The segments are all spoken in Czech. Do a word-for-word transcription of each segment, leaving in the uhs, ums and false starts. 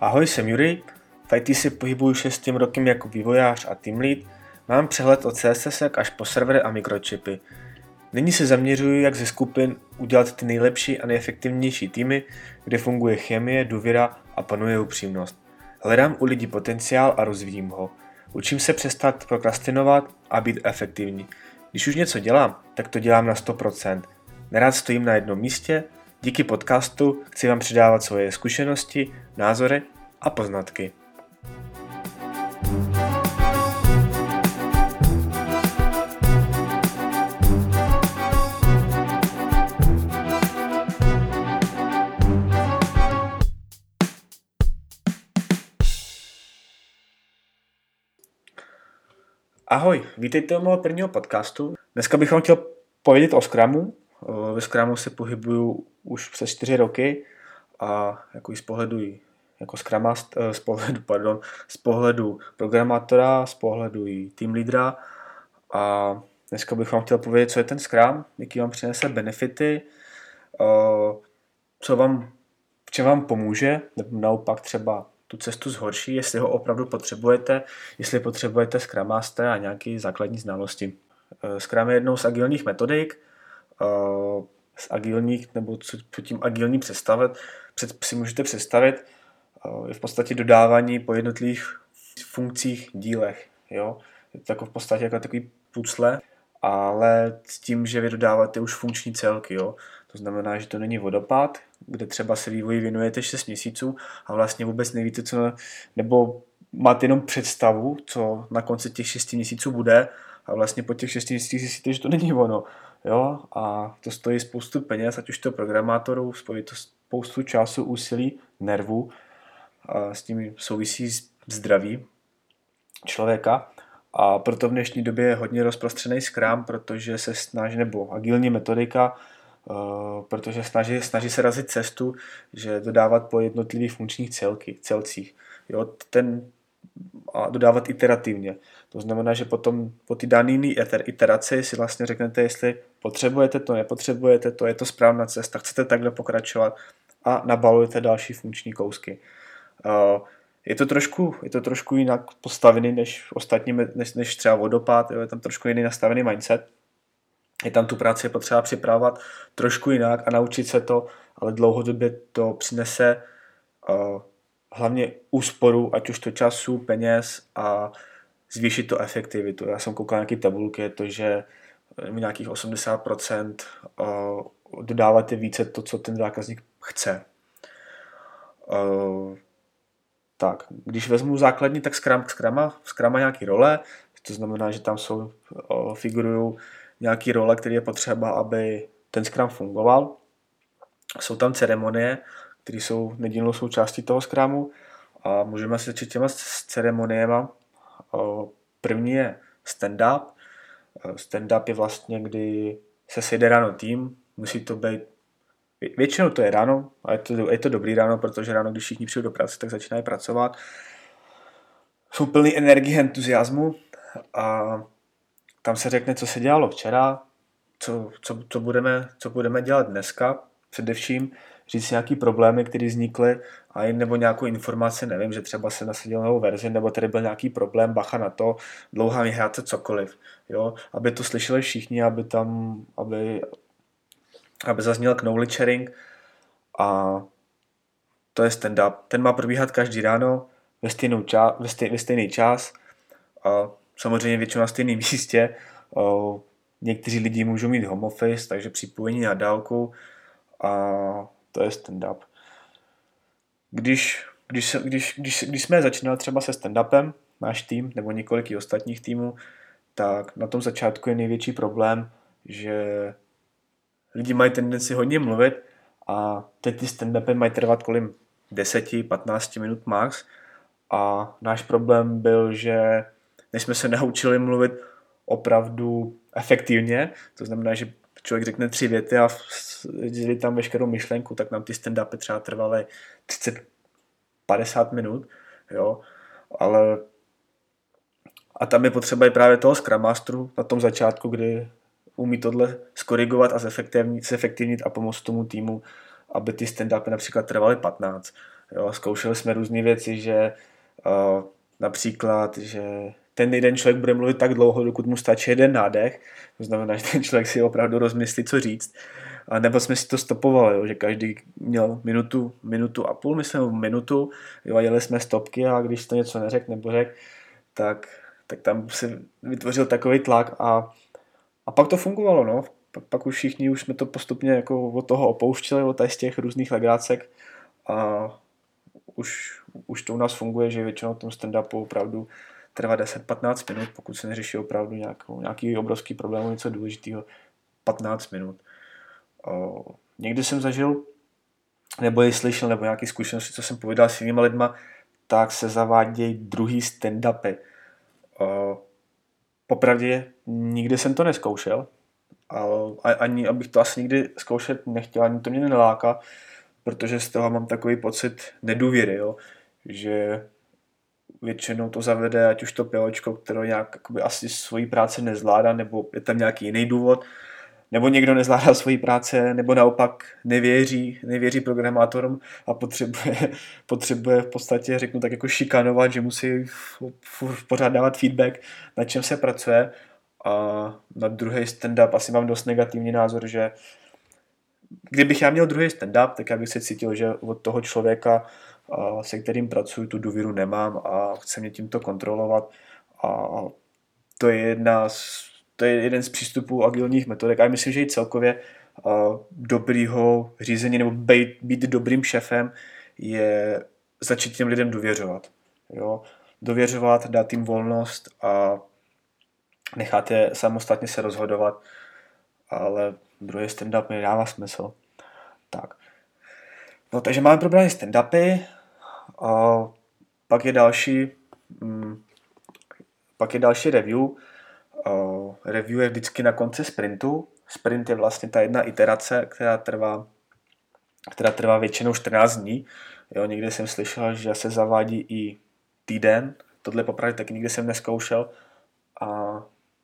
Ahoj, jsem Juri, v í té si pohybuju šestým rokem jako vývojář a team lead, mám přehled od C S S až po servery a mikročipy. Nyní se zaměřuji, jak ze skupin udělat ty nejlepší a nejefektivnější týmy, kde funguje chemie, důvěra a panuje upřímnost. Hledám u lidí potenciál a rozvíjím ho. Učím se přestat prokrastinovat a být efektivní. Když už něco dělám, tak to dělám na sto procent. Nerád stojím na jednom místě, díky podcastu chci vám předávat svoje zkušenosti, názory a poznatky. Ahoj, vítejte u mého prvního podcastu. Dneska bych vám chtěl povědět o Scrumu. Ve Scrumu se pohybuju už přes čtyři roky a jako z pohledu jako Scrum Master, z pohledu, pardon, z pohledu programátora, z pohledu i team leadera. A dneska bych vám chtěl povědět, co je ten Scrum, jaký vám přinese benefity, co vám, v čem vám pomůže, nebo naopak třeba tu cestu zhorší, jestli ho opravdu potřebujete, jestli potřebujete Scrum Master a nějaké základní znalosti. Scrum je jednou z agilních metodik, z agilních, nebo co tím agilní představit, před, si můžete představit, je v podstatě dodávání po jednotlivých funkcích, dílech. Jo? Je to jako v podstatě jako takový pucle, ale s tím, že vy dodáváte už funkční celky. Jo? To znamená, že to není vodopád, kde třeba se vývoji věnujete šest měsíců a vlastně vůbec nevíte, co, nebo máte jenom představu, co na konci těch šesti měsíců bude a vlastně po těch šesti měsících zjistíte, že to není ono. Jo? A to stojí spoustu peněz, ať už to programátorů, stojí to spoustu času, úsilí, nervů, a s tím souvisí zdraví člověka. A proto v dnešní době je hodně rozprostřený Scrum, protože se snaží, nebo agilní metodika, uh, protože snaží, snaží se razit cestu, že dodávat po jednotlivých funkčních celky, celcích. Jo? Ten, a dodávat iterativně. To znamená, že potom po ty dané iteraci si vlastně řeknete, jestli potřebujete to, nepotřebujete to, je to správná cesta, chcete takhle pokračovat a nabalujete další funkční kousky. Je to trošku, je to trošku jinak postavený než ostatní, než, než třeba vodopád, jo? Je tam trošku jiný nastavený mindset. Je tam tu práci potřeba připravovat trošku jinak a naučit se to, ale dlouhodobě to přinese uh, hlavně úsporu, ať už to času, peněz a zvýšit to efektivitu. Já jsem koukal nějaké tabulky, je to, že nějakých osmdesát procent dodáváte více to, co ten zákazník chce. Tak, když vezmu základní, tak Scrum, Scrum, Scrum má nějaké role, to znamená, že tam jsou, figurují nějaké role, které je potřeba, aby ten Scrum fungoval. Jsou tam ceremonie, které jsou nedílnou součástí toho Scrumu a můžeme se začít těma ceremoniema. První je stand-up. Stand-up je vlastně, kdy se sejde ráno tým, musí to být, většinou to je ráno, a je to, je to dobrý ráno, protože ráno, když všichni přijdou do práce, tak začínají pracovat. Jsou plný energie, entuziasmu a tam se řekne, co se dělalo včera, co, co, co, budeme, co budeme dělat dneska, především říct nějaký problémy, které vznikly, a nebo nějakou informaci, nevím, že třeba se nasadil novou verzi, nebo tady byl nějaký problém, bacha na to, dlouhá migrace, cokoliv, jo, aby to slyšeli všichni, aby tam, aby, aby zazněl knowledge sharing a to je stand-up. Ten má probíhat každý ráno ve, stejnou ča- ve, stej- ve stejný čas a samozřejmě většinou na stejném místě. O, někteří lidi můžou mít home office, takže připojení na dálku a to je stand-up. Když, když, když, když, když jsme začínali třeba se stand-upem, náš tým nebo několik ostatních týmů, tak na tom začátku je největší problém, že lidi mají tendenci hodně mluvit a teď ty stand-upy mají trvat kolem deset až patnáct minut max a náš problém byl, že než jsme se naučili mluvit opravdu efektivně, to znamená, že člověk řekne tři věty a dělí tam veškerou myšlenku, tak nám ty stand-upy třeba trvaly třicet až padesát minut, jo, ale a tam je potřeba i právě toho Scrum Masteru na tom začátku, kdy umí tohle skorigovat a zefektivnit, zefektivnit a pomoct tomu týmu, aby ty stand-upy například trvaly patnáct. Jo, zkoušeli jsme různé věci, že uh, například, že ten jeden člověk bude mluvit tak dlouho, dokud mu stačí jeden nádech, to znamená, že ten člověk si opravdu rozmyslí, co říct. A nebo jsme si to stopovali, jo, že každý měl minutu, minutu a půl, myslím, minutu, jo, a jeli jsme stopky a když to něco neřekl nebo řekl, tak, tak tam se vytvořil takový tlak a, a pak to fungovalo, no. Pak, pak už všichni už jsme to postupně jako od toho opouštěli, od z těch různých legrácek a už, už to u nás funguje, že většinou v tom stand-upu opravdu trvá deset patnáct minut, pokud se neřeší opravdu nějakou, nějaký obrovský problém, něco důležitého, patnáct minut. O, někdy jsem zažil, nebo ji slyšel, nebo nějaké zkušenosti, co jsem povídal s jinými lidma, tak se zavádějí druhý stand-upy. O, popravdě nikdy jsem to neskoušel, ale ani abych to asi nikdy zkoušet nechtěl, ani to mě neláká, protože z toho mám takový pocit nedůvěry, jo? Že většinou to zavede, ať už to pěvočko, které nějak jakoby, asi svoji práci nezvládá, nebo je tam nějaký jiný důvod, nebo někdo nezvládá svoji práce, nebo naopak nevěří, nevěří programátorům a potřebuje, potřebuje v podstatě, řeknu tak, jako šikanovat, že musí pořád dávat feedback, na čem se pracuje. A na druhý stand-up asi mám dost negativní názor, že kdybych já měl druhý stand-up, tak já bych se cítil, že od toho člověka, se kterým pracuji, tu důvěru nemám a chce mě tímto kontrolovat. A to je, jedna z, to je jeden z přístupů agilních metodek. A myslím, že i celkově dobrýho řízení nebo být, být dobrým šéfem je začít těm lidem důvěřovat. Jo? Důvěřovat, dát jim volnost a nechat je samostatně se rozhodovat. Ale druhý stand-up mi dává smysl. Tak. No, takže máme problémy stand-upy. A pak je další mm, pak je další review. Uh, review je vždycky na konci sprintu. Sprint je vlastně ta jedna iterace, která trvá, která trvá většinou čtrnáct dní. Jo, někdy jsem slyšel, že se zavádí i týden. Tohle popravdě taky nikdy jsem neskoušel. A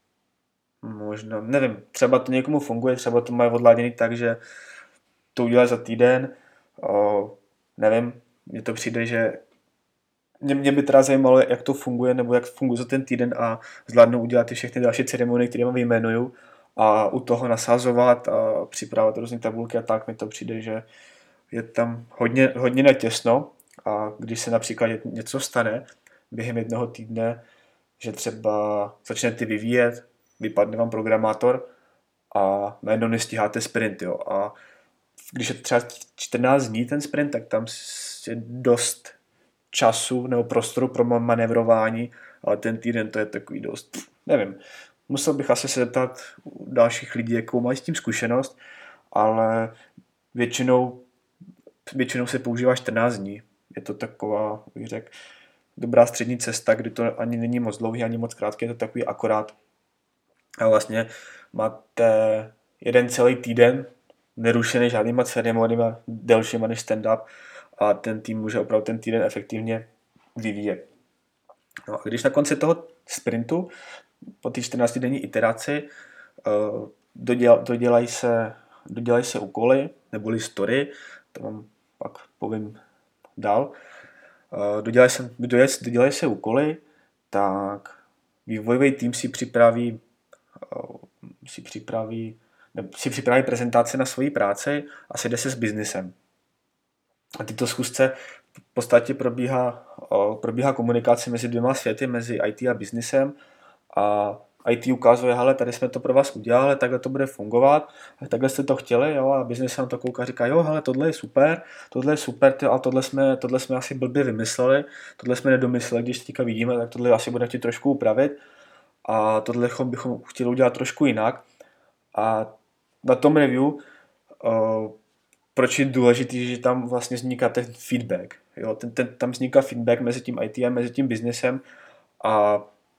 možná, nevím, třeba to někomu funguje, třeba to mají odladěný tak, že to udělají za týden. Uh, nevím, mně to přijde, že Mě, mě by teda zajímalo, jak to funguje, nebo jak funguje za ten týden a zvládnou udělat ty všechny další ceremonie, které vám vyjmenuju a u toho nasázovat a připravovat různé tabulky a tak mi to přijde, že je tam hodně, hodně natěsno a když se například něco stane během jednoho týdne, že třeba začnete vyvíjet, vypadne vám programátor a najednou nestíháte sprint, jo, a když je třeba čtrnáct dní ten sprint, tak tam je dost času nebo prostoru pro manévrování, ale ten týden to je takový dost, nevím. Musel bych asi se zeptat dalších lidí, jakou mají s tím zkušenost, ale většinou, většinou se používá čtrnáct dní. Je to taková, bych řekl, dobrá střední cesta, kdy to ani není moc dlouhý, ani moc krátký, je to takový akorát. A vlastně máte jeden celý týden nerušený žádnýma ceremoniemi delšíma než stand-up, a ten tým může opravdu ten týden efektivně vyvíjet. No a když na konci toho sprintu, po té čtrnáctidenní iteraci, doděl, dodělají, se, dodělají se úkoly, neboli story, to vám pak povím dál, dodělají se, dodělají se úkoly, tak vývojový tým si připraví, si připraví, si připraví prezentaci na svoji práci a sejde se s biznisem. A tyto schůzce v podstatě probíhá, probíhá komunikace mezi dvěma světy, mezi í té a biznisem. A í té ukazuje, hele, tady jsme to pro vás udělali, takhle to bude fungovat, takhle jste to chtěli, jo, a biznis nám to kouká a říká, jo, hele, tohle je super, tohle je super, ty, a tohle jsme, tohle jsme asi blbě vymysleli, tohle jsme nedomysleli, když teďka vidíme, tak tohle asi budeme chtít trošku upravit a tohle bychom chtěli udělat trošku jinak. A na tom review uh, proč je důležité, že tam vlastně vzniká ten feedback. Jo? Ten, ten, tam vzniká feedback mezi tím í té a mezi tím biznesem a,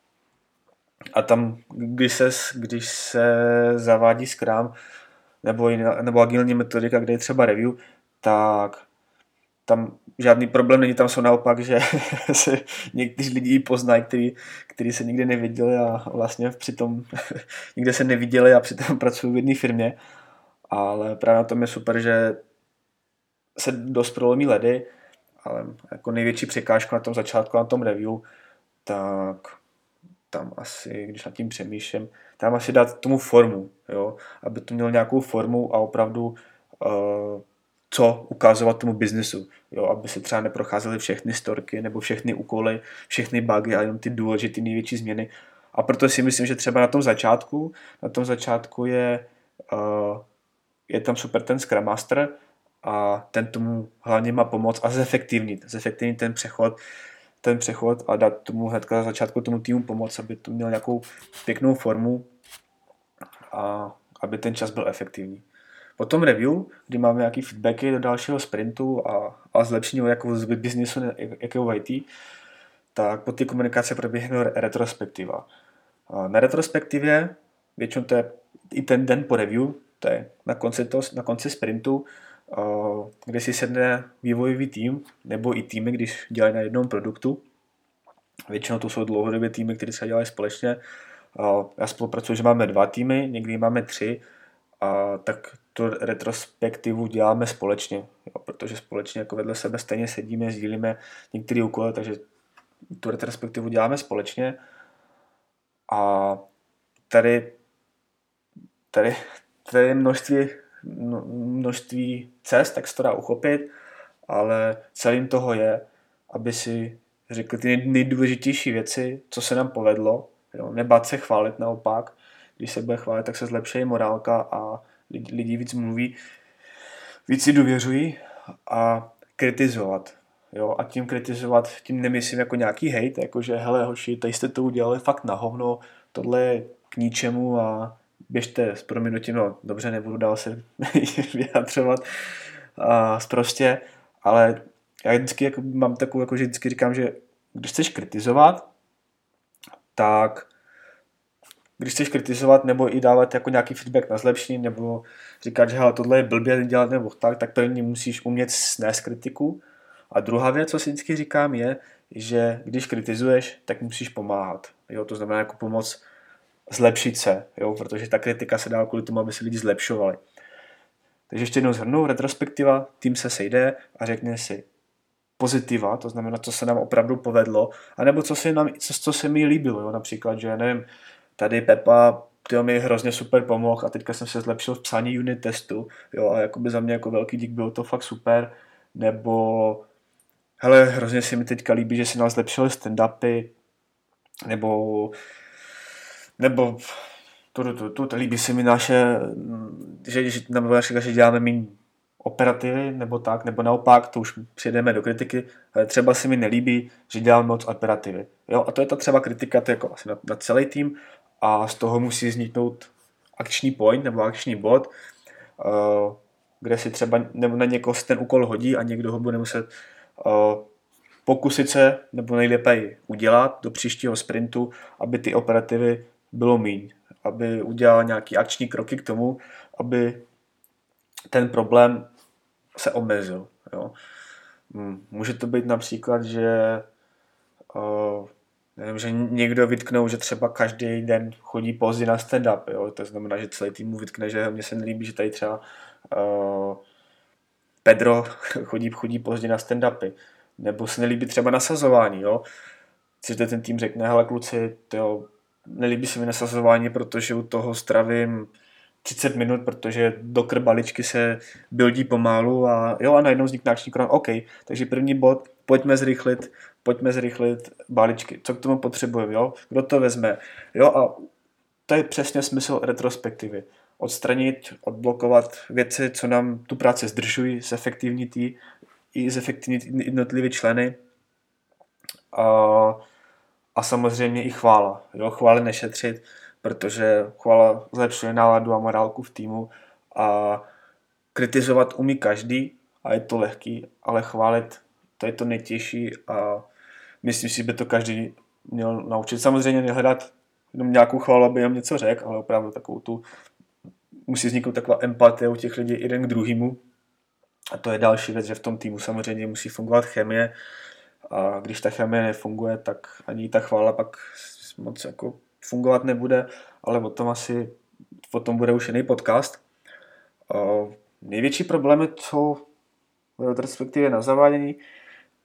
a tam, když se, když se zavádí Scrum nebo, jiná, nebo agilní metodika, kde je třeba review, tak tam žádný problém není, tam jsou naopak, že se někteří lidi poznají, který, který se nikdy neviděli a vlastně přitom nikde se neviděli a přitom pracují v jedné firmě. Ale právě na tom je super, že se dost prolomí ledy ale jako největší překážka na tom začátku, na tom review, tak tam asi, když nad tím přemýšlím, tam asi dát tomu formu, jo, aby to mělo nějakou formu a opravdu uh, co ukazovat tomu biznesu, jo, aby se třeba neprocházely všechny storky nebo všechny úkoly, všechny bugy a jenom ty důležité největší změny. A proto si myslím, že třeba na tom začátku, na tom začátku je, uh, je tam super ten Scrum Master a ten tomu hlavně má pomoct a zefektivnit, zefektivnit ten přechod, ten přechod a dát tomu hnedka na začátku tomu týmu pomoct, aby to měl nějakou pěknou formu a aby ten čas byl efektivní. Potom review, kdy máme nějaký feedbacky do dalšího sprintu a, a zlepšení jako z biznisu, jakého I T, tak po té komunikace proběhne retrospektiva. A na retrospektivě, většinou to je i ten den po review, to je na konci, to, na konci sprintu, kde si sedne vývojový tým, nebo i týmy, když dělají na jednom produktu. Většinou to jsou dlouhodobě týmy, které se dělají společně. Já spolupracuji, že máme dva týmy, někdy máme tři, a tak tu retrospektivu děláme společně, jo, protože společně jako vedle sebe stejně sedíme, sdílíme některé úkoly, takže tu retrospektivu děláme společně. A tady, tady, tady je množství, množství cest, tak se to dá uchopit, ale celým toho je, aby si řekli ty nejdůležitější věci, co se nám povedlo, jo, nebát se chválit naopak. Když se bude chválit, tak se zlepší morálka a lidi, lidi víc mluví, víc si důvěřují a kritizovat. Jo? A tím kritizovat, tím nemyslím jako nějaký hejt, jakože hele hoši, tady jste to udělali fakt na hovno, tohle je k ničemu a běžte s prominutím, no dobře, nebudu dál se vyjadřovat a prostě, ale já vždycky jako, mám takovou, jako, že vždycky říkám, že když chceš kritizovat, tak když chceš kritizovat nebo i dávat jako nějaký feedback na zlepšení nebo říkat, že hele, tohle je blbě dělat nebo tak, tak první musíš umět snést kritiku. A druhá věc, co si vždycky říkám, je, že když kritizuješ, tak musíš pomáhat. Jo? To znamená jako pomoct zlepšit se, jo? Protože ta kritika se dá kvůli tomu, aby se lidi zlepšovali. Takže ještě jednou shrnu, retrospektiva, tým se sejde a řekne si pozitiva, to znamená, co se nám opravdu povedlo, anebo co se, nám, co, co se mi líbilo. Jo? Například, že nevím, tady Pepa, tyjo, mi hrozně super pomohl a teďka jsem se zlepšil v psání unit testu, jo, a jakoby za mě jako velký dík, bylo to fakt super, nebo hele, hrozně se mi teďka líbí, že si nás zlepšili stand-upy, nebo nebo tu, tu, tu, tu, líbí se mi naše, že, že, nebo že děláme méně operativy, nebo tak, nebo naopak, to už přijedeme do kritiky, ale třeba se mi nelíbí, že děláme moc operativy. Jo, a to je ta třeba kritika, to je jako asi na, na celý tým, a z toho musí vzniknout akční point nebo akční bod, kde si třeba nebo na někoho se ten úkol hodí a někdo ho bude muset pokusit se nebo nejlépe udělat do příštího sprintu, aby ty operativy bylo míň, aby udělal nějaký akční kroky k tomu, aby ten problém se omezil. Jo. Může to být například, že nevím, že někdo vytknou, že třeba každý den chodí pozdě na stand-up, jo? To znamená, že celý tým mu vytkne, že mně se nelíbí, že tady třeba uh, Pedro chodí, chodí pozdě na stand-upy, nebo se nelíbí třeba nasazování, jo? Což ten tým řekne, hele kluci, tyjo, nelíbí se mi nasazování, protože u toho stravím třicet minut, protože do krbaličky se buildí pomalu a jo, a najednou vznikne akční krok, OK, takže první bod, pojďme zrychlit, pojďme zrychlit balíčky, co k tomu potřebujeme, jo, kdo to vezme, jo, a to je přesně smysl retrospektivy, odstranit, odblokovat věci, co nám tu práci zdržují, zefektivnit ji, i zefektivnit jednotlivé členy a, a samozřejmě i chvála, jo, chvály nešetřit, protože chvála zlepšuje náladu a morálku v týmu a kritizovat umí každý a je to lehký, ale chválit to je to nejtěžší a myslím si, že by to každý měl naučit. Samozřejmě nehledat jenom nějakou chválu, aby jim něco řekl, ale opravdu takovou tu musí vzniknout taková empatie u těch lidí jeden k druhému a to je další věc, že v tom týmu samozřejmě musí fungovat chemie a když ta chemie nefunguje, tak ani ta chvála pak moc jako fungovat nebude, ale o tom asi o tom bude už jiný podcast. Uh, největší problémy jsou v retrospektivě na zavádění,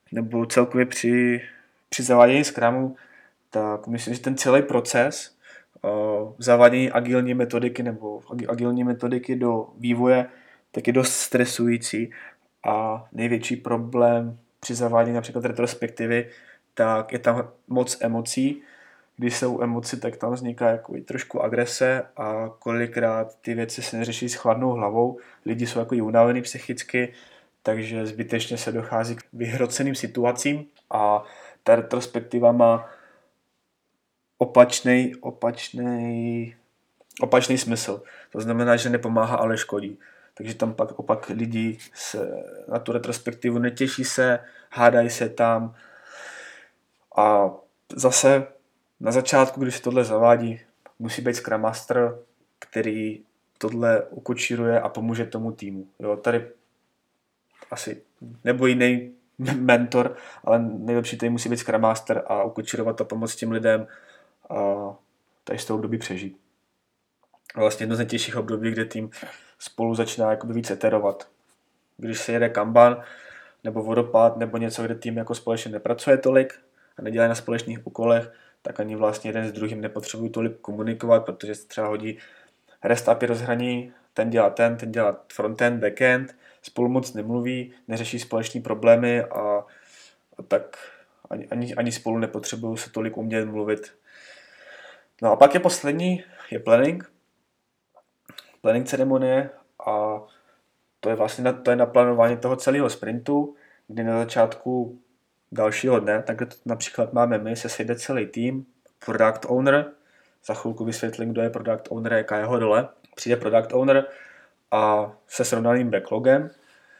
nebo celkově při, při zavádění Scrumu, tak myslím, že ten celý proces uh, zavádění agilní metodiky nebo agilní metodiky do vývoje tak je dost stresující a největší problém při zavádění například retrospektivy, tak je tam moc emocí. Když jsou emoce, tak tam vzniká jako trošku agrese a kolikrát ty věci se neřeší s chladnou hlavou. Lidi jsou jako unavený psychicky, takže zbytečně se dochází k vyhroceným situacím a ta retrospektiva má opačný, opačný, opačný smysl. To znamená, že nepomáhá, ale škodí. Takže tam pak opak lidí se na tu retrospektivu netěší se, hádají se tam a zase na začátku, když se tohle zavádí, musí být Scrum Master, který tohle ukočíruje a pomůže tomu týmu. Jo, tady asi nebo jiný mentor, ale nejlepší tady musí být Scrum Master a ukočírovat to, pomoct těm lidem a tady z toho období přežít. A vlastně jedno z nejtěžších období, kde tým spolu začíná jakoby víc eterovat. Když se jede Kanban nebo vodopád nebo něco, kde tým jako společně nepracuje tolik a nedělá na společných úkolech, tak ani vlastně jeden s druhým nepotřebují tolik komunikovat, protože se třeba hodí REST A P I rozhraní, ten dělá ten, ten dělá frontend, backend, spolu moc nemluví, neřeší společné problémy a, a tak ani, ani, ani spolu nepotřebují se tolik umět mluvit. No a pak je poslední, je planning. Planning ceremonie a to je vlastně na, to je naplánování toho celého sprintu, kdy na začátku dalšího dne, tak například máme my, se sejde celý tým, product owner, za chvilku vysvětlím, kdo je product owner, jaká je jeho role. Přijde product owner a se srovnaným backlogem.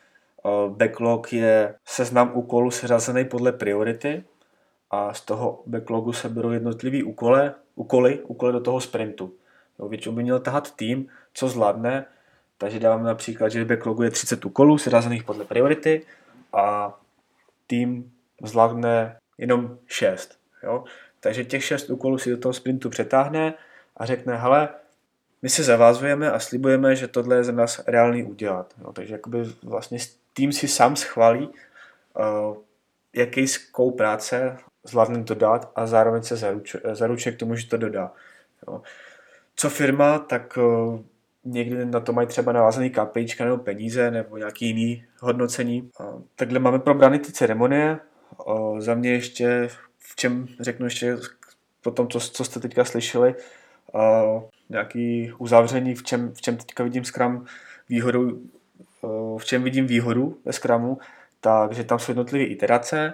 Backlog je seznam úkolů seřazený podle priority a z toho backlogu se berou jednotlivý úkoly, úkoly, úkoly do toho sprintu. Jo, většinou by měl tahat tým, co zvládne, takže dávám například, že v backlogu je třicet úkolů seřazených podle priority a tým zvládne jenom šest. Jo? Takže těch šest úkolů si do toho sprintu přetáhne a řekne, hele, my se zavázujeme a slibujeme, že tohle je za nás reálný udělat. Jo? Takže jakoby vlastně tým si sám schválí, uh, jaký skou práce zvládne dodat a zároveň se zaručuje, zaručuje k tomu, že to dodá. Jo? Co firma, tak uh, někdy na to mají třeba navázaný KPIčka nebo peníze nebo nějaký jiný hodnocení. Uh, takhle máme probraný ty ceremonie. Uh, za mě ještě, v čem řeknu ještě po tom, co, co jste teďka slyšeli, uh, nějaký uzavření, v čem, v čem teďka vidím Scrum výhodu, uh, v čem vidím výhodu ve Scrumu, takže tam jsou jednotlivé iterace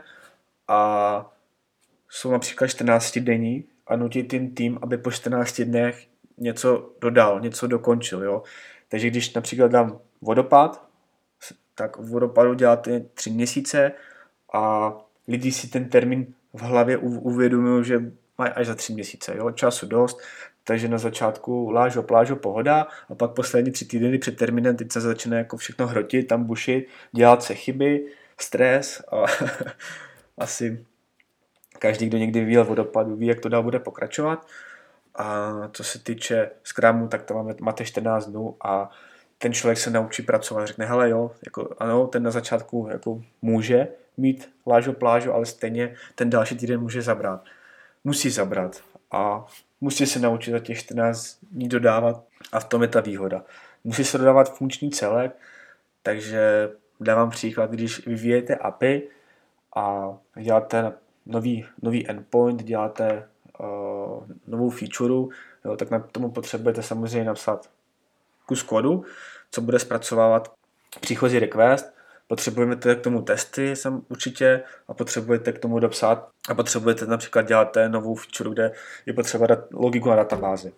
a jsou například čtrnáct denní a nutí ten tým, aby po čtrnácti dnech něco dodal, něco dokončil. Jo? Takže když například dám vodopád, tak v vodopádu děláte tři měsíce a lidi si ten termín v hlavě uvědomují, že mají až za tři měsíce. Jo? Času dost, takže na začátku lážo, plážo, pohoda a pak poslední tři týdny před termínem teď se začne jako všechno hrotit, tam bušit, dělat se chyby, stres a asi každý, kdo někdy vyjel vodopádu, ví, jak to dál bude pokračovat. A co se týče Scrumu, tak tam máme, máte čtrnáct dnů a ten člověk se naučí pracovat. Řekne, hele jo, jako, ano, ten na začátku jako může mít lážo, plážo, ale stejně ten další týden může zabrat. Musí zabrat a musí se naučit za těch čtrnáct dní dodávat a v tom je ta výhoda. Musí se dodávat funkční celek, takže dávám příklad, když vyvíjete A P I a děláte nový, nový endpoint, děláte uh, novou featureu, jo, tak na tomu potřebujete samozřejmě napsat kus kodu, co bude zpracovávat příchozí request. Potřebujete k tomu testy sam určitě a potřebujete k tomu dopsat a potřebujete například dělat novou feature, kde je potřeba dát logiku na databázi.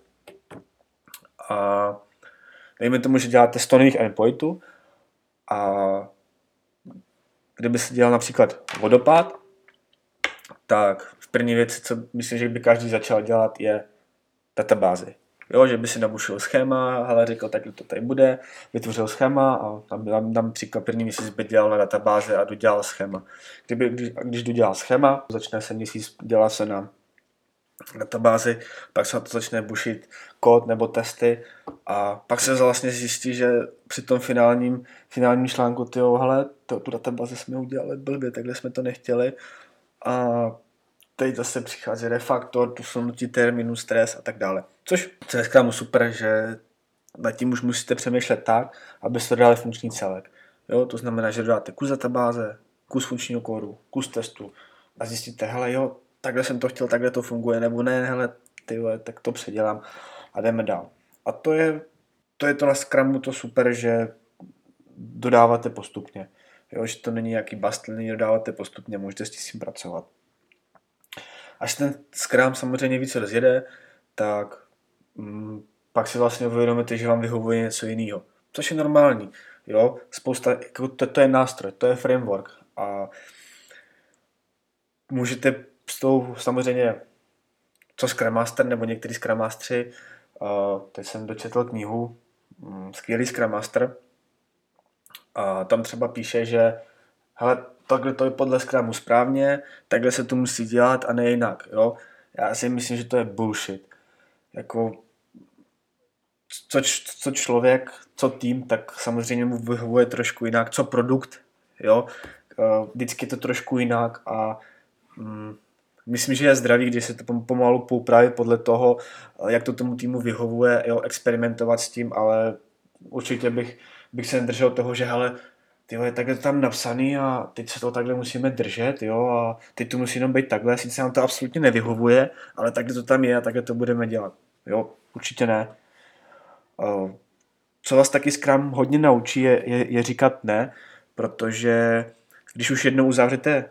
A dejme tomu, že děláte sto nových endpointů a kdyby se dělal například vodopád, tak v první věci, co myslím, že by každý začal dělat, je databázy. Jo, že by si nabušil schéma, ale řekl, tak to tady bude, vytvořil schéma a tam, tam, tam příklad první měsíc by dělal na databáze a dodělal schéma. Kdyby, když, když dodělal schéma, začne se měsíc, dělá se na databázi, pak se na to začne bušit kód nebo testy a pak se vlastně zjistí, že při tom finálním, finálním článku, tyjo, hele, to, tu databázi jsme udělali blbě, takhle jsme to nechtěli a teď zase přichází refaktor, tu sunutí termínu, stres a tak dále. Což je Scrumu super, že nad tím už musíte přemýšlet tak, abyste dodali funkční celek. Jo, to znamená, že dodáte kus databáze, kus funkčního kódu, kus testu a zjistíte, hele jo, takhle jsem to chtěl, takhle to funguje, nebo ne, hele, ty vole, tak to předělám a jdeme dál. A to je, to je to na Scrumu to super, že dodáváte postupně. Jo, že to není nějaký bastliny, dodáváte postupně, můžete s tím pracovat. Až ten Scrum samozřejmě více rozjede, tak mm, pak si vlastně uvědomíte, že vám vyhovuje něco jiného. Což je normální. Jo? Spousta, jako to, to je nástroj, to je framework. A můžete s tou samozřejmě, co Scrum Master nebo některý Scrum Mastery, uh, teď jsem dočetl knihu um, Skvělý Scrum Master, a tam třeba píše, že hele, takhle to je podle Scrumu správně, takhle se to musí dělat a ne jinak. Jo? Já si myslím, že to je bullshit. Jako, co, co člověk, co tým, tak samozřejmě mu vyhovuje trošku jinak, co produkt, jo? Vždycky je to trošku jinak a mm, myslím, že je zdravý, když se to pomalu poupraví podle toho, jak to tomu týmu vyhovuje, jo? Experimentovat s tím, ale určitě bych, bych se nedržel toho, že hele, tyjo, je takhle tam napsaný a teď se to takhle musíme držet, jo, a teď to musí jenom být takhle, sice nám to absolutně nevyhovuje, ale takhle to tam je a takhle to budeme dělat, jo, určitě ne. Co vás taky Scrum hodně naučí, je, je, je říkat ne, protože když už jednou uzavřete,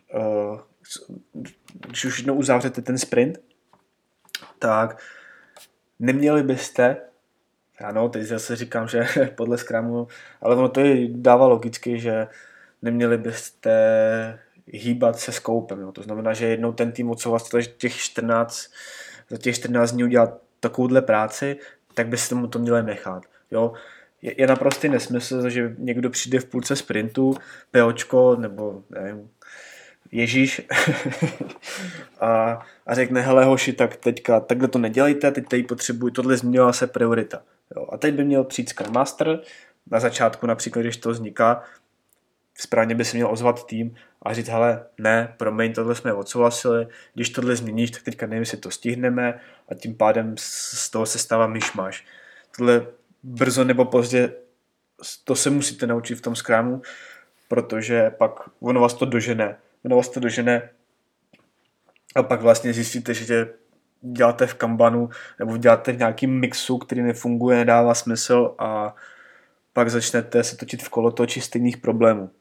když už jednou uzavřete ten sprint, tak neměli byste, ano, teď zase říkám, že podle Scrumu, ale ono to i dává logicky, že neměli byste hýbat se skoupem. Jo. To znamená, že jednou ten tým odsouhlasil těch čtrnáct, za těch čtrnáct dní udělat takovouhle práci, tak byste mu to měli nechat. Jo. Je, je naprostý nesmysl, že někdo přijde v půlce sprintu, POčko, nebo nevím, Ježíš a, a řekne, hele hoši, tak teďka takhle to nedělejte, teď tady potřebuji, tohle změnila se priorita. Jo. A teď by měl přijít Scrum Master, na začátku například, když to vzniká, správně by se měl ozvat tým a říct, hele, ne, promiň, tohle jsme odsouhlasili, když tohle změníš, tak teďka nevím, jestli to stihneme a tím pádem z toho se stává myšmaš. Tohle brzo nebo pozdě, to se musíte naučit v tom Scrumu, protože pak ono vás to dožene. Ono vás to dožene a pak vlastně zjistíte, že děláte v Kanbanu nebo děláte v nějakým mixu, který nefunguje, nedává smysl a pak začnete se točit v kolotoči stejných problémů.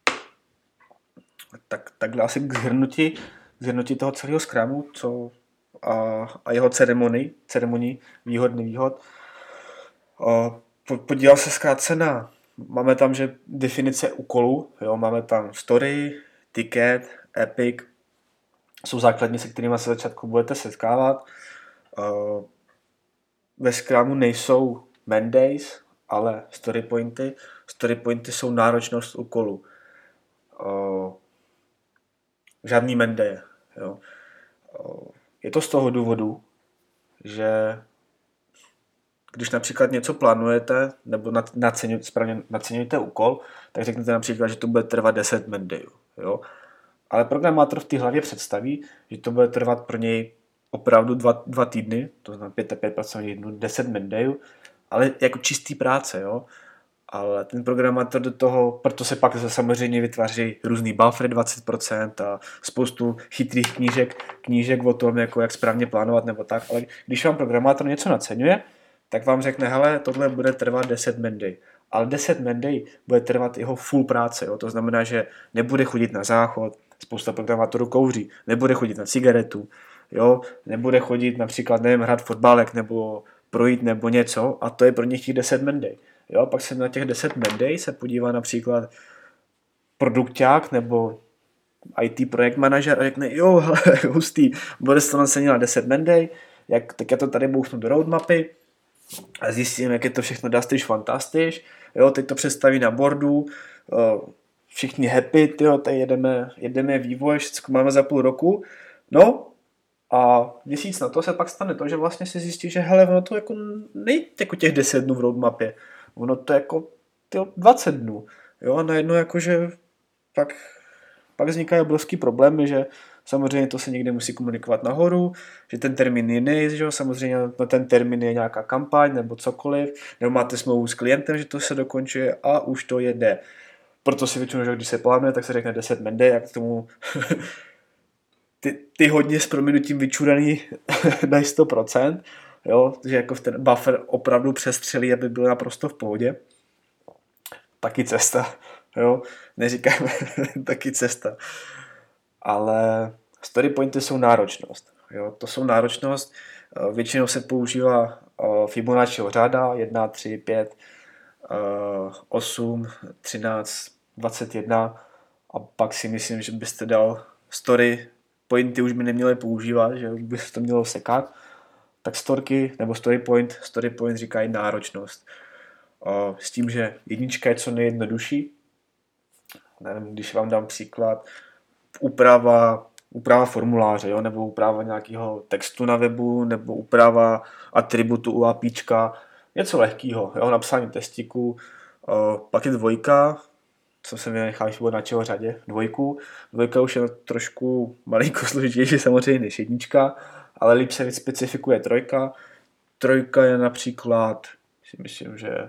Tak, takhle asi k zhrnutí, k zhrnutí toho celého Scrumu co, a, a jeho ceremonii, ceremonii výhod, nevýhod. A podíval se zkrátce na, máme tam, že definice úkolů, jo, máme tam story, ticket, epic, jsou základní, se kterými se začátku budete setkávat. Ve Scrumu nejsou mandays, ale story pointy. Story pointy jsou náročnost úkolů. Žádný mandaje. Jo. Je to z toho důvodu, že když například něco plánujete, nebo naceňujete, správně naceňujete úkol, tak řeknete například, že to bude trvat deset mandayů. Jo. Ale programátor v té hlavě představí, že to bude trvat pro něj opravdu dva, dva týdny, to znamená pět a pět pracovních dnů, deset mandayů, ale jako čistý práce, jo. Ale ten programátor do toho, proto se pak samozřejmě vytváří různý buffery dvacet procent a spoustu chytrých knížek, knížek o tom, jako jak správně plánovat nebo tak, ale když vám programátor něco naceňuje, tak vám řekne, hele, tohle bude trvat deset manday. Ale deset manday bude trvat jeho full práce, jo. To znamená, že nebude chodit na záchod, spousta programátorů kouří, nebude chodit na cigaretu, jo, nebude chodit například, nevím, hrát fotbalek nebo projít nebo něco a to je pro něj těch deset manday. Jo, pak se na těch deset manday se podívá například produkťák nebo í té projekt manažer a řekne, jo, hele, hustý, bude se to nacenit na deset manday, jak, tak já to tady bouchnu do roadmapy a zjistím, jak je to všechno dastiš, fantastiš, jo, teď to představí na boardu, všichni happy, tyjo, tady jedeme, jedeme vývoj, všechno máme za půl roku, no A měsíc na to se pak stane to, že vlastně si zjistí, že hele, ono to jako nejde jako těch deset dnů v roadmapě. Ono to jako tyjo, dvacet dnů. Jo, a najednou jakože pak, pak vznikají obrovský problémy, že samozřejmě to se někde musí komunikovat nahoru, že ten termín je jiný, že jo, samozřejmě na ten termín je nějaká kampaň nebo cokoliv, nebo máte smlouvu s klientem, že to se dokončuje a už to jede. Proto si většinou, že když se plánuje, tak se řekne deset mende, jak k tomu ty, ty hodně s prominutím vyčuraný dají sto procent, jo, že jako ten buffer opravdu přestřelí, aby byl naprosto v pohodě. Taky cesta, jo, neříkáme taky cesta. Ale story pointy jsou náročnost, jo, to jsou náročnost, většinou se používá Fibonacciho řáda jedna, tři, pět, osm, třináct, dvacet jedna a pak si myslím, že byste dal story pointy už by neměli používat, že by se to mělo sekat, tak storky nebo story point, story point říkají náročnost. S tím, že jednička je co nejjednodušší. Nevím, když vám dám příklad, úprava, úprava formuláře, jo, nebo úprava nějakého textu na webu, nebo úprava atributu u APIčka, něco lehkého, jo, napsání testíku, pak je dvojka, co jsem vynechal na čeho řadě, dvojku. Dvojka už je trošku malinko složitější samozřejmě než jednička, ale líp se specifikuje trojka. Trojka je například, si myslím, že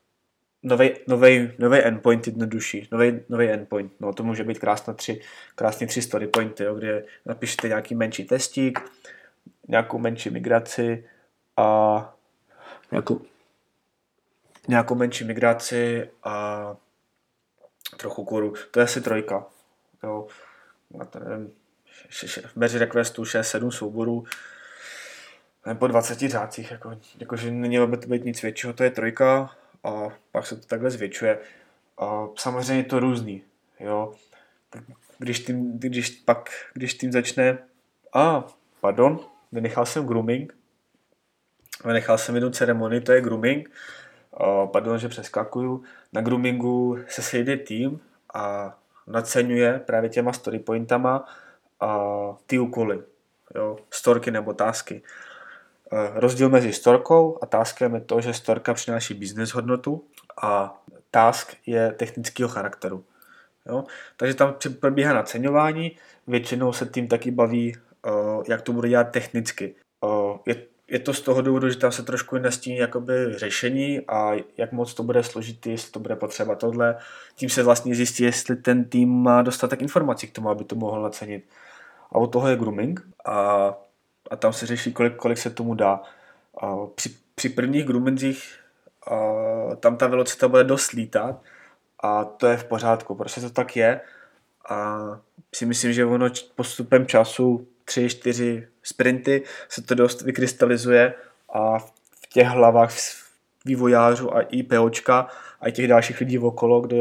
nový endpoint jednodušší, nový endpoint, no to může být krásně tři, krásně tři story pointy, jo, kde napíšete nějaký menší testík, nějakou menší migraci a nějakou, nějakou menší migraci a trochu koru. To je asi trojka. Jo. Máte, nevím, v merge requestu šest sedm souborů po dvaceti řádcích. Jako, jakože nemělo by to být nic většího, to je trojka a pak se to takhle zvětšuje. A samozřejmě je to různý. Jo. Když, tým, když pak, když tým začne a, pardon, vynechal jsem grooming, vynechal jsem jednu ceremonii, to je grooming, a, pardon, že přeskakuju, na groomingu se sejde tým a naceňuje právě těma story pointama a ty úkoly, jo, storky nebo tasky. Rozdíl mezi storkou a taskem je to, že storka přináší business hodnotu a task je technického charakteru. Jo? Takže tam probíhá naceňování, většinou se tým taky baví, jak to bude dělat technicky. Je, je to z toho důvodu, že tam se trošku nastíní jakoby řešení a jak moc to bude složitý, jestli to bude potřeba tohle. Tím se vlastně zjistí, jestli ten tým má dostatek informací k tomu, aby to mohl nacenit. A od toho je grooming a, a tam se řeší, kolik, kolik se tomu dá. A při, při prvních groomingzích a tam ta velocita bude dost lítat a to je v pořádku, prostě to tak je a si myslím, že ono postupem času tři, čtyři sprinty se to dost vykrystalizuje a v těch hlavách vývojářů a i POčka a i těch dalších lidí okolo, kde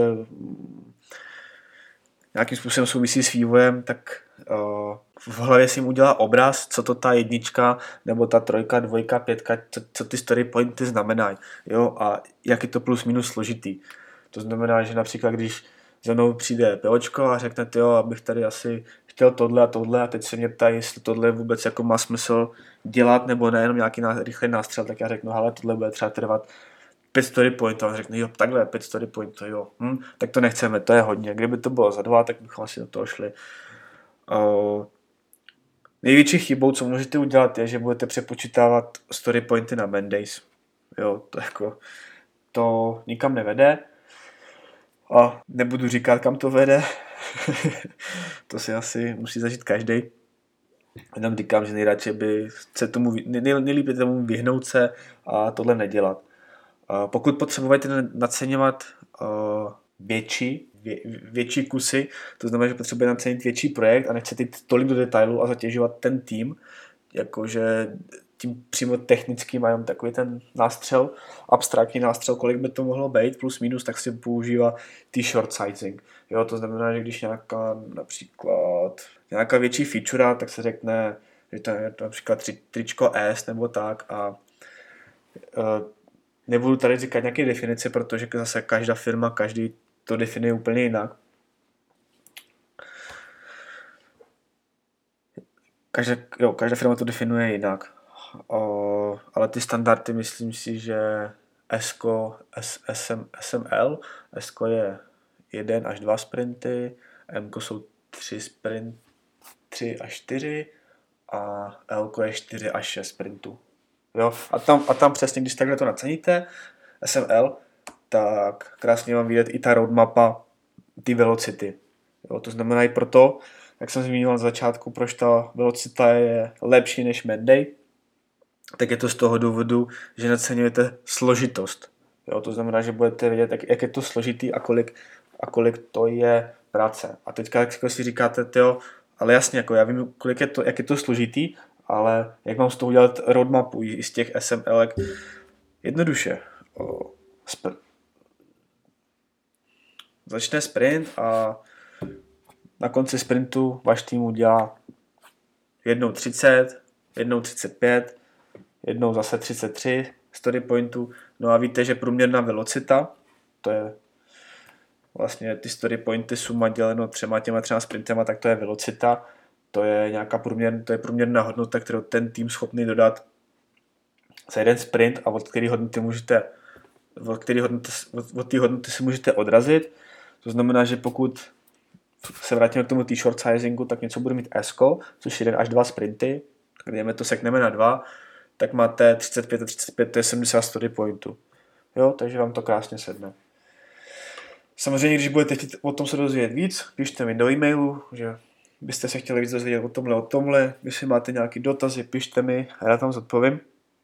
nějakým způsobem souvisí s vývojem, tak uh, v hlavě si jim udělá obraz, co to ta jednička, nebo ta trojka, dvojka, pětka, co, co ty story pointy znamenají, jo, a jak je to plus minus složitý. To znamená, že například, když za mnou přijde POčko a řekne, jo, abych tady asi chtěl tohle a tohle a teď se mě ptají, jestli tohle vůbec jako má smysl dělat, nebo ne, jenom nějaký ná, rychlý nástřel, tak já řeknu, hele, tohle bude třeba trvat pět story pointů, a on řekne, jo, takhle, pět story pointů, jo, hm, tak to nechceme, to je hodně, kdyby to bylo za dva, tak bychom asi do toho šli. Uh, největší chybou, co můžete udělat, je, že budete přepočítávat story pointy na mandays, jo, to jako, to nikam nevede a nebudu říkat, kam to vede, to si asi musí zažít každý. Jenom říkám, že nejradši by se tomu, nejlíp je tomu vyhnout se a tohle nedělat. Pokud potřebujete naceňovat větší, vě, větší kusy, to znamená, že potřebujete nacenit větší projekt a nechcete jít tolik do detailu a zatěžovat ten tým, jakože tím přímo technicky mají takový ten nástřel, abstraktní nástřel, kolik by to mohlo být, plus minus, tak si používá ty short sizing. Jo, to znamená, že když nějaká například nějaká větší feature, tak se řekne, že to je například tri, tričko S nebo tak a uh, nebudu tady říkat nějaké definice, protože zase každá firma, každý to definuje úplně jinak. každá, jo, každá firma to definuje jinak. O, ale ty standardy, myslím si, že S, S, SM, S M L, S je jeden až dva sprinty, M jsou tři sprint, tři až čtyři a L je čtyři až šest sprintů. Jo? A, tam, a tam přesně, když takhle to naceníte, S M L, tak krásně vám vidět i ta roadmapa, ty velocity. Jo? To znamená i proto, jak jsem zmínil na začátku, proč ta velocita je lepší než Manday, tak je to z toho důvodu, že naceňujete složitost. Jo? To znamená, že budete vědět, jak, jak je to složitý a kolik, a kolik to je práce. A teďka jako si říkáte, tyjo, ale jasně, jako já vím, kolik je to, jak je to složitý, ale jak mám z toho udělat roadmapu i z těch S M L, jednoduše. O, sp- začne sprint a na konci sprintu váš tým udělá jednou třicet, jednou třicet pět, jednou zase třicet tři story pointů. No a víte, že průměrná velocita, to je vlastně ty story pointy suma děleno třema těma třema sprintama, tak to je velocita. To je nějaká průměr, to je průměrná hodnota, kterou ten tým schopný dodat za jeden sprint a od které hodnoty můžete od které hodnoty, od, od té hodnoty si můžete odrazit. To znamená, že pokud se vrátíme k tomu t-short sizingu, tak něco bude mít S, což jeden až dva sprinty, tak dejme to sekneme na dva, tak máte třicet pět a třicet pět, to je sedmdesát story pointů. Jo, takže vám to krásně sedne. Samozřejmě, když budete chtít o tom se dozvědět víc, pište mi do e-mailu, že byste se chtěli víc dozvědět o tomhle, o tomhle, když máte nějaké dotazy, pište mi, já tam zodpovím.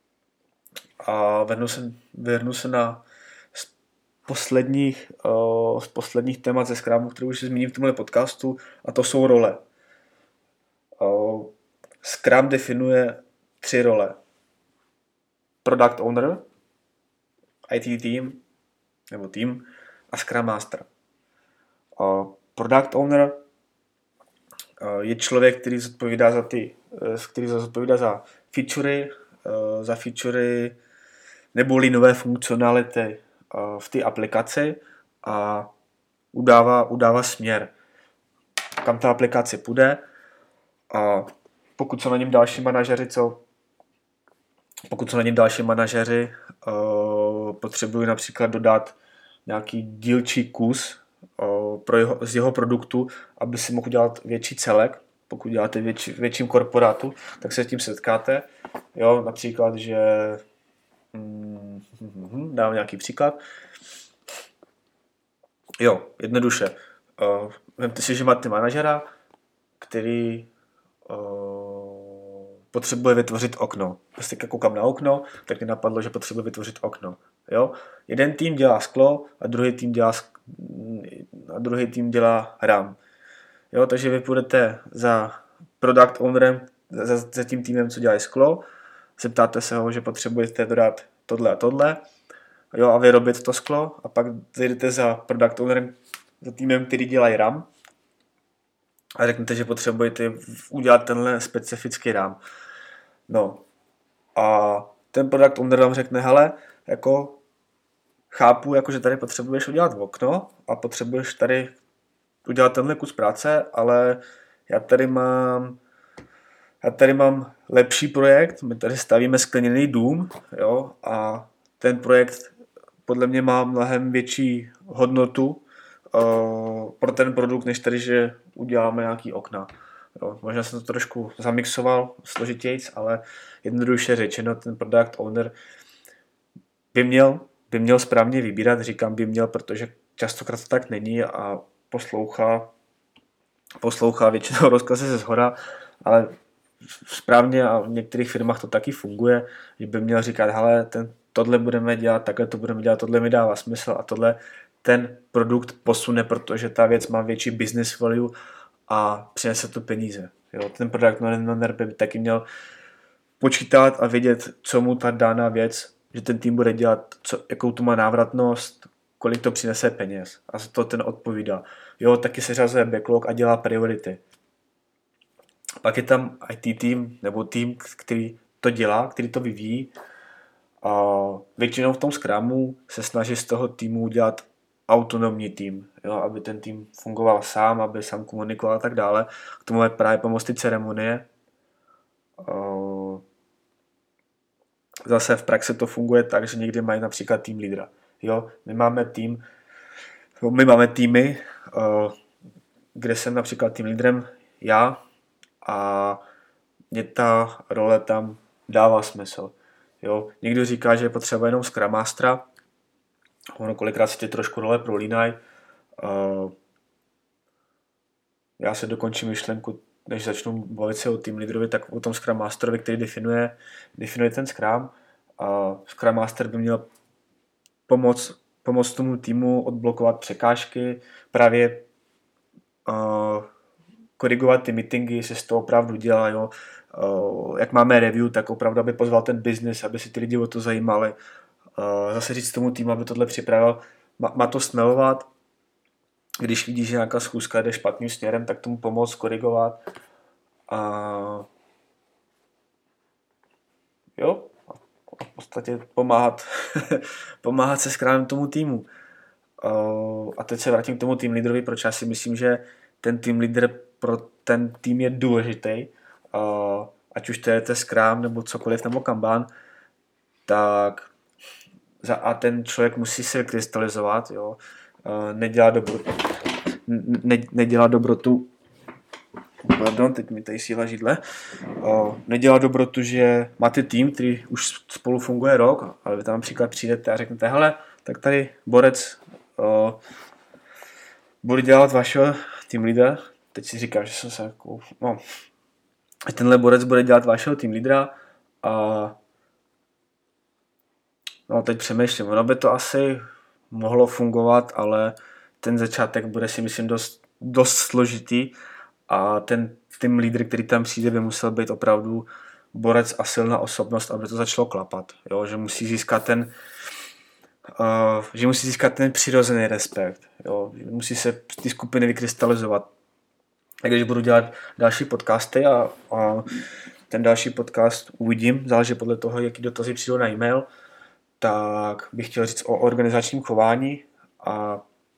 A vrhnu se, vrhnu se na posledních, uh, z posledních témat ze Scrumu, kterou už se zmíním v tomhle podcastu, a to jsou role. Uh, Scrum definuje tři role. Product Owner, I T team, nebo tým, a Scrum Master. Uh, Product Owner uh, je člověk, který zodpovídá za ty, uh, který zodpovídá za featurey, uh, za featurey neboli nové funkcionality uh, v té aplikaci a udává, udává směr, kam ta aplikace půjde. A pokud jsou na něm další manažeři, co pokud jsou na něm další manažeři, uh, potřebují například dodat nějaký dílčí kus uh, pro jeho, z jeho produktu, aby si mohl udělat větší celek. Pokud děláte větší, větším korporátu, tak se s tím setkáte. Jo, například, že hmm, dám nějaký příklad. Jo, jednoduše. Uh, vemte si, že máte manažera, který uh, potřebuje vytvořit okno. Prostě jak koukám na okno, tak mi napadlo, že potřebuje vytvořit okno. Jo? Jeden tým dělá sklo a druhý tým dělá, a druhý tým dělá rám. Jo? Takže vy půjdete za product ownerem, za, za tím týmem, co dělá sklo, zeptáte se ho, že potřebujete dodat tohle a tohle, jo, a vyrobit to sklo, a pak zajdete za product ownerem, za týmem, který dělají RAM, a řeknete, že potřebujete udělat tenhle specifický RAM. No a ten product owner vám řekne, hele, jako chápu, jako, že tady potřebuješ udělat okno a potřebuješ tady udělat tenhle kus práce, ale já tady mám já tady mám lepší projekt, my tady stavíme skleněný dům, jo, a ten projekt podle mě má mnohem větší hodnotu uh, pro ten produkt, než tady, že uděláme nějaký okna. Jo, možná jsem to trošku zamixoval, složitějc, ale jednoduše řečeno, ten product owner by měl, by měl správně vybírat, říkám by měl, protože častokrát to tak není a poslouchá, poslouchá většinou rozkazy ze shora, ale správně a v některých firmách to taky funguje, že by měl říkat, hele, ten, tohle budeme dělat, takhle to budeme dělat, tohle mi dává smysl a tohle ten produkt posune, protože ta věc má větší business value a přinese to peníze. Jo, ten product owner by taky měl počítat a vědět, co mu ta daná věc, že ten tým bude dělat, co, jakou tu má návratnost, kolik to přinese peněz. A za to ten odpovídá. Jo, taky se řazuje backlog a dělá priority. Pak je tam I T tým, nebo tým, který to dělá, který to vyvíjí. A většinou v tom Scrumu se snaží z toho týmu udělat autonomní tým, jo, aby ten tým fungoval sám, aby sám komunikoval a tak dále. K tomu je právě pomoct ty ceremonie. Uh, zase v praxi to funguje tak, že někdy mají například tým lídra. Jo, my máme tým, my máme týmy, uh, kde jsem například tým lídrem já a mě ta role tam dává smysl. Jo, někdo říká, že je potřeba jenom Scrum Mastera, ono kolikrát si ty trošku role prolínají. Uh, já se dokončím myšlenku, než začnu bavit se o tým lídrovi, tak o tom Scrum Masterovi, který definuje, definuje ten Scrum. A Scrum Master by měl pomoct, pomoct tomu týmu odblokovat překážky, právě uh, korigovat ty meetingy, jestli se to opravdu dělá, jo. Uh, jak máme review, tak opravdu, aby pozval ten business, aby si ty lidi o to zajímali. Uh, zase říct tomu týmu, aby tohle připravil. Má, má to smelovat, když vidíš, že nějaká schůzka jde špatným směrem, tak tomu pomoct korigovat. A jo, a v podstatě pomáhat, pomáhat se Scrumem tomu týmu. Uh, a teď se vrátím k tomu tým lídrovi, proč já si myslím, že ten tým lídr pro ten tým je důležitý. Uh, ať už to je to Scrum nebo cokoliv, nebo Kanban, tak za, a ten člověk musí se krystalizovat, jo. Uh, nedělá dobrotu, ne, nedělá dobrotu pardon, teď mi tady síla židle, uh, nedělá dobrotu, že máte tým, který už spolu funguje rok, ale vy tam například přijdete a řeknete, hele, tak tady Borec uh, bude dělat vašeho tým lídra, teď si říkám, že jsem se jako, no, tenhle Borec bude dělat vašeho tým lídra a no teď přemýšlím, ono by to asi mohlo fungovat, ale ten začátek bude si myslím dost, dost složitý a ten tým lídr, který tam přijde, by musel být opravdu borec a silná osobnost, aby to začalo klapat, jo? Že musí získat ten uh, že musí získat ten přirozený respekt, jo? Že musí se ty skupiny vykrystalizovat. A když budu dělat další podcasty a, a ten další podcast uvidím, záleží podle toho, jaký dotazy přijdou na e-mail, tak bych chtěl říct o organizačním chování a,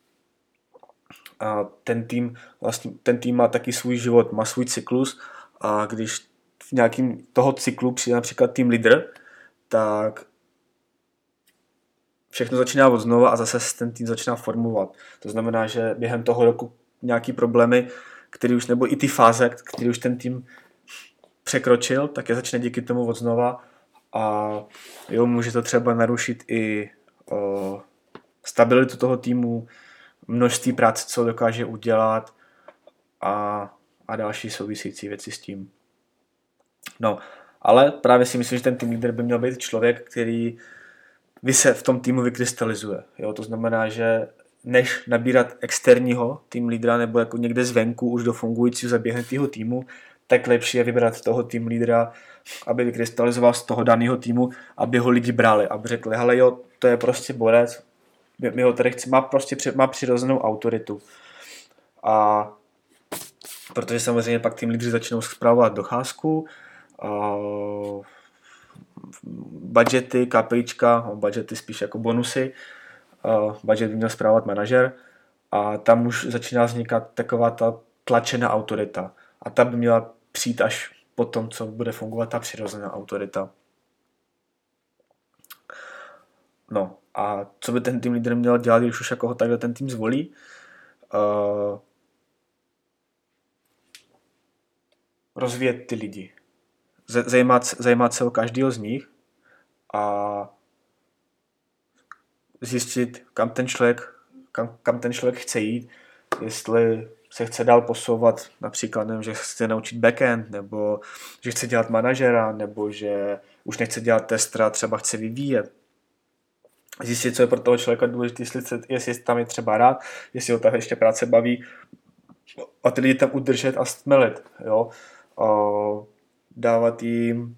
a ten tým vlastně ten tým má taky svůj život, má svůj cyklus a když v nějakým toho cyklu přijde například tým lídr, tak všechno začíná od znova a zase se ten tým začíná formovat. To znamená, že během toho roku nějaký problémy, který už, nebo i ty fáze, který už ten tým překročil, tak je začne díky tomu od znova a jo, může to třeba narušit i o, stabilitu toho týmu, množství práce, co dokáže udělat a, a další související věci s tím. No, ale právě si myslím, že ten tým lídr by měl být člověk, který vy se v tom týmu vykrystalizuje. Jo? To znamená, že než nabírat externího tým lídra nebo jako někde zvenku už do fungujícího zaběhnutého týmu, tak lepší je vybrat toho tým lídra, aby vykrystalizoval z toho daného týmu, aby ho lidi brali, aby řekli, hele jo, to je prostě borec, my ho tady chci, má prostě má přirozenou autoritu. A protože samozřejmě pak tým lídři začnou spravovat docházku, uh, budgety, KPIčka, budgety spíš jako bonusy, uh, budget by měl spravovat manažer a tam už začíná vznikat taková ta tlačená autorita a ta by měla přijít až po tom, co bude fungovat ta přirozená autorita. No a co by ten tým lídr měl dělat, když už jako ho takhle ten tým zvolí? Uh, rozvíjet ty lidi. Zajímat, zajímat se o každého z nich a zjistit, kam ten člověk, kam, kam ten člověk chce jít, jestli se chce dál posouvat, například, nevím, že chce naučit backend, nebo že chce dělat manažera, nebo že už nechce dělat testera, třeba chce vyvíjet. Zjistit, co je pro toho člověka důležité, jestli, jestli tam je třeba rád, jestli ho tak ještě práce baví a ty lidi tam udržet a stmelit, jo. A dávat jim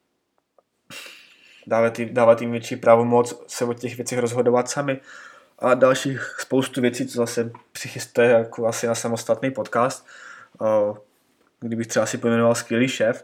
dávat jim, dávat jim větší pravomoc se o těch věcech rozhodovat sami a dalších spoustu věcí, co zase přichystuje jako asi na samostatný podcast, kdybych třeba si pojmenoval skvělý šéf.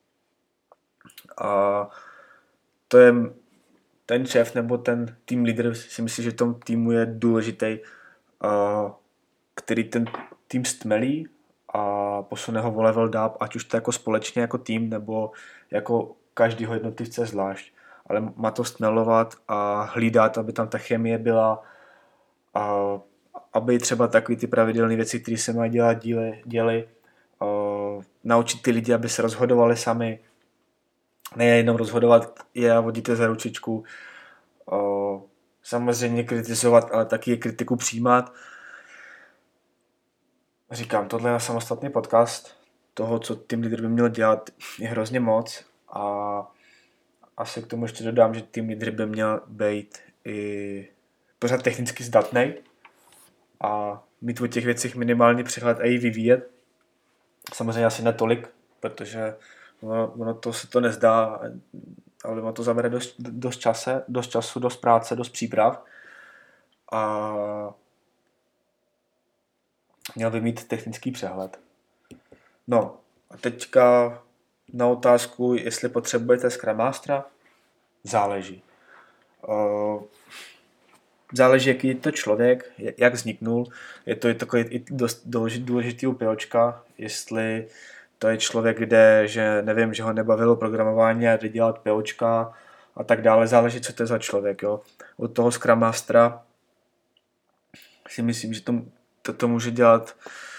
A to je ten šéf nebo ten tým lídr, si myslím, že v tom týmu je důležitý, který ten tým stmelí a posune ho o level dál, ať už to jako společně jako tým, nebo jako každýho jednotlivce zvlášť. Ale má to stmelovat a hlídat, aby tam ta chemie byla a aby třeba takový ty pravidelné věci, které se mají dělat, díly, děli, uh, naučit ty lidi, aby se rozhodovali sami, nejenom rozhodovat je a vodíte za ručičku, uh, samozřejmě kritizovat, ale taky je kritiku přijímat. Říkám, tohle je samostatný podcast, toho, co tým lídr by měl dělat, je hrozně moc a asi k tomu ještě dodám, že tým lídr by měl být i pořád technicky zdatný a mít o těch věcech minimálně přehled a ji vyvíjet. Samozřejmě asi netolik, protože ono, ono to se to nezdá, ale ono to zabere dost, dost, čase, dost času, dost práce, dost příprav a měl by mít technický přehled. No a teďka na otázku, jestli potřebujete Scrum Mastera, záleží. Uh, záleží, jaký je to člověk, jak vzniknul. Je to, je takový i dost důležitý piločka, jestli to je člověk, kde, že nevím, že ho nebavilo programování a jde dělat piločka a tak dále. Záleží, co to je za člověk. Jo. Od toho Scrum Mastera si myslím, že to, to, to může dělat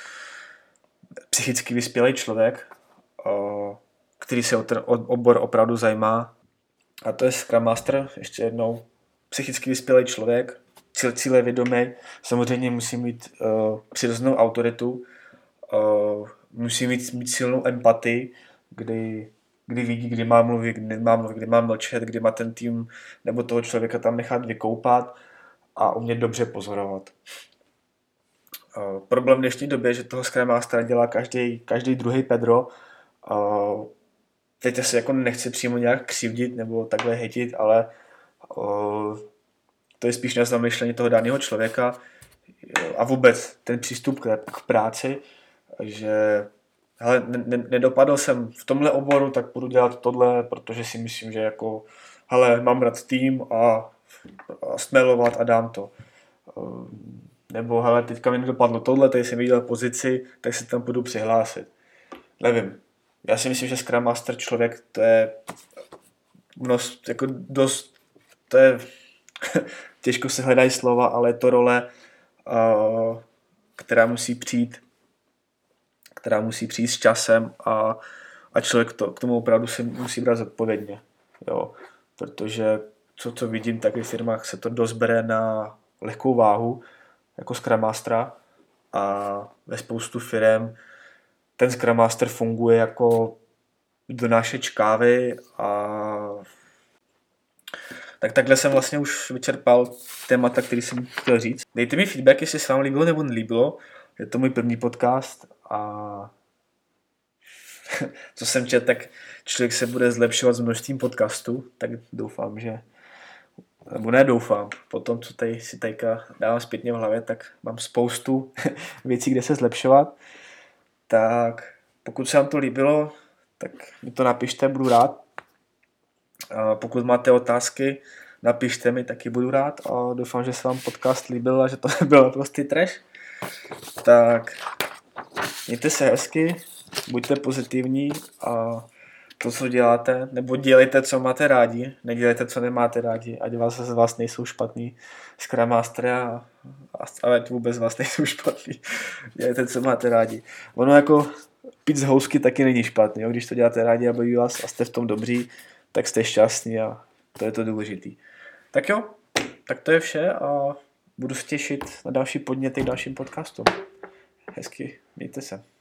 psychicky vyspělý člověk, který se o ten obor opravdu zajímá. A to je Scrum Master, ještě jednou, psychicky vyspělý člověk, cíle vědomý, samozřejmě musí mít uh, přirozenou autoritu, uh, musí mít, mít silnou empatii, kdy, kdy vidí, kdy má mluvit, kdy má mluvit, kdy má mlčet, kdy má ten tým nebo toho člověka tam nechat vykoupat a umět dobře pozorovat. Uh, problém v dnešní době je, že toho Scrum Mastera dělá každý, každý druhý Pedro. Uh, teď asi jako nechci přímo nějak křivdit nebo takhle hejtit, ale uh, to je spíš na zamyšlení toho daného člověka a vůbec ten přístup k, k práci, že hele, ne, ne, nedopadl jsem v tomhle oboru, tak budu dělat tohle, protože si myslím, že jako hele, mám rád tým a, a smelovat a dám to. Uh, nebo hele, teďka mi nedopadlo tohle, tady jsem viděl pozici, tak se tam budu přihlásit. Nevím. Já si myslím, že Scrum Master člověk, to je množ, jako dost, to je těžko se hledají slova, ale je to role, uh, která musí přijít, která musí přijít s časem a, a člověk to, k tomu opravdu si musí brát zodpovědně. Jo. Protože co, co vidím, tak v firmách se to dost bere na lehkou váhu, jako Scrum Mastera a ve spoustu firem ten Scrum Master funguje jako donášeč kávy a tak takhle jsem vlastně už vyčerpal témata, který jsem chtěl říct. Dejte mi feedback, jestli se vám líbilo nebo nelíbilo. Je to můj první podcast a co jsem četl, tak člověk se bude zlepšovat s množstvím podcastů, tak doufám, že nebo ne doufám, po tom, co tady si teďka dávám zpětně v hlavě, tak mám spoustu věcí, kde se zlepšovat. Tak pokud se vám to líbilo, tak mi to napište, budu rád. A pokud máte otázky, napište mi, taky budu rád a doufám, že se vám podcast líbil a že to byl prostě trash. Tak mějte se hezky, buďte pozitivní a to, co děláte, nebo dělejte, co máte rádi, nedělejte, co nemáte rádi, ať vás z vás nejsou špatný Scrum Mastery a, a ať vůbec z vás nejsou špatný. Dělejte, co máte rádi. Ono jako pít z housky taky není špatný, jo? Když to děláte rádi a baví vás a jste v tom dobří, tak jste šťastní a to je to důležitý. Tak jo, tak to je vše a budu se těšit na další podněty k dalším podcastům. Hezky, mějte se.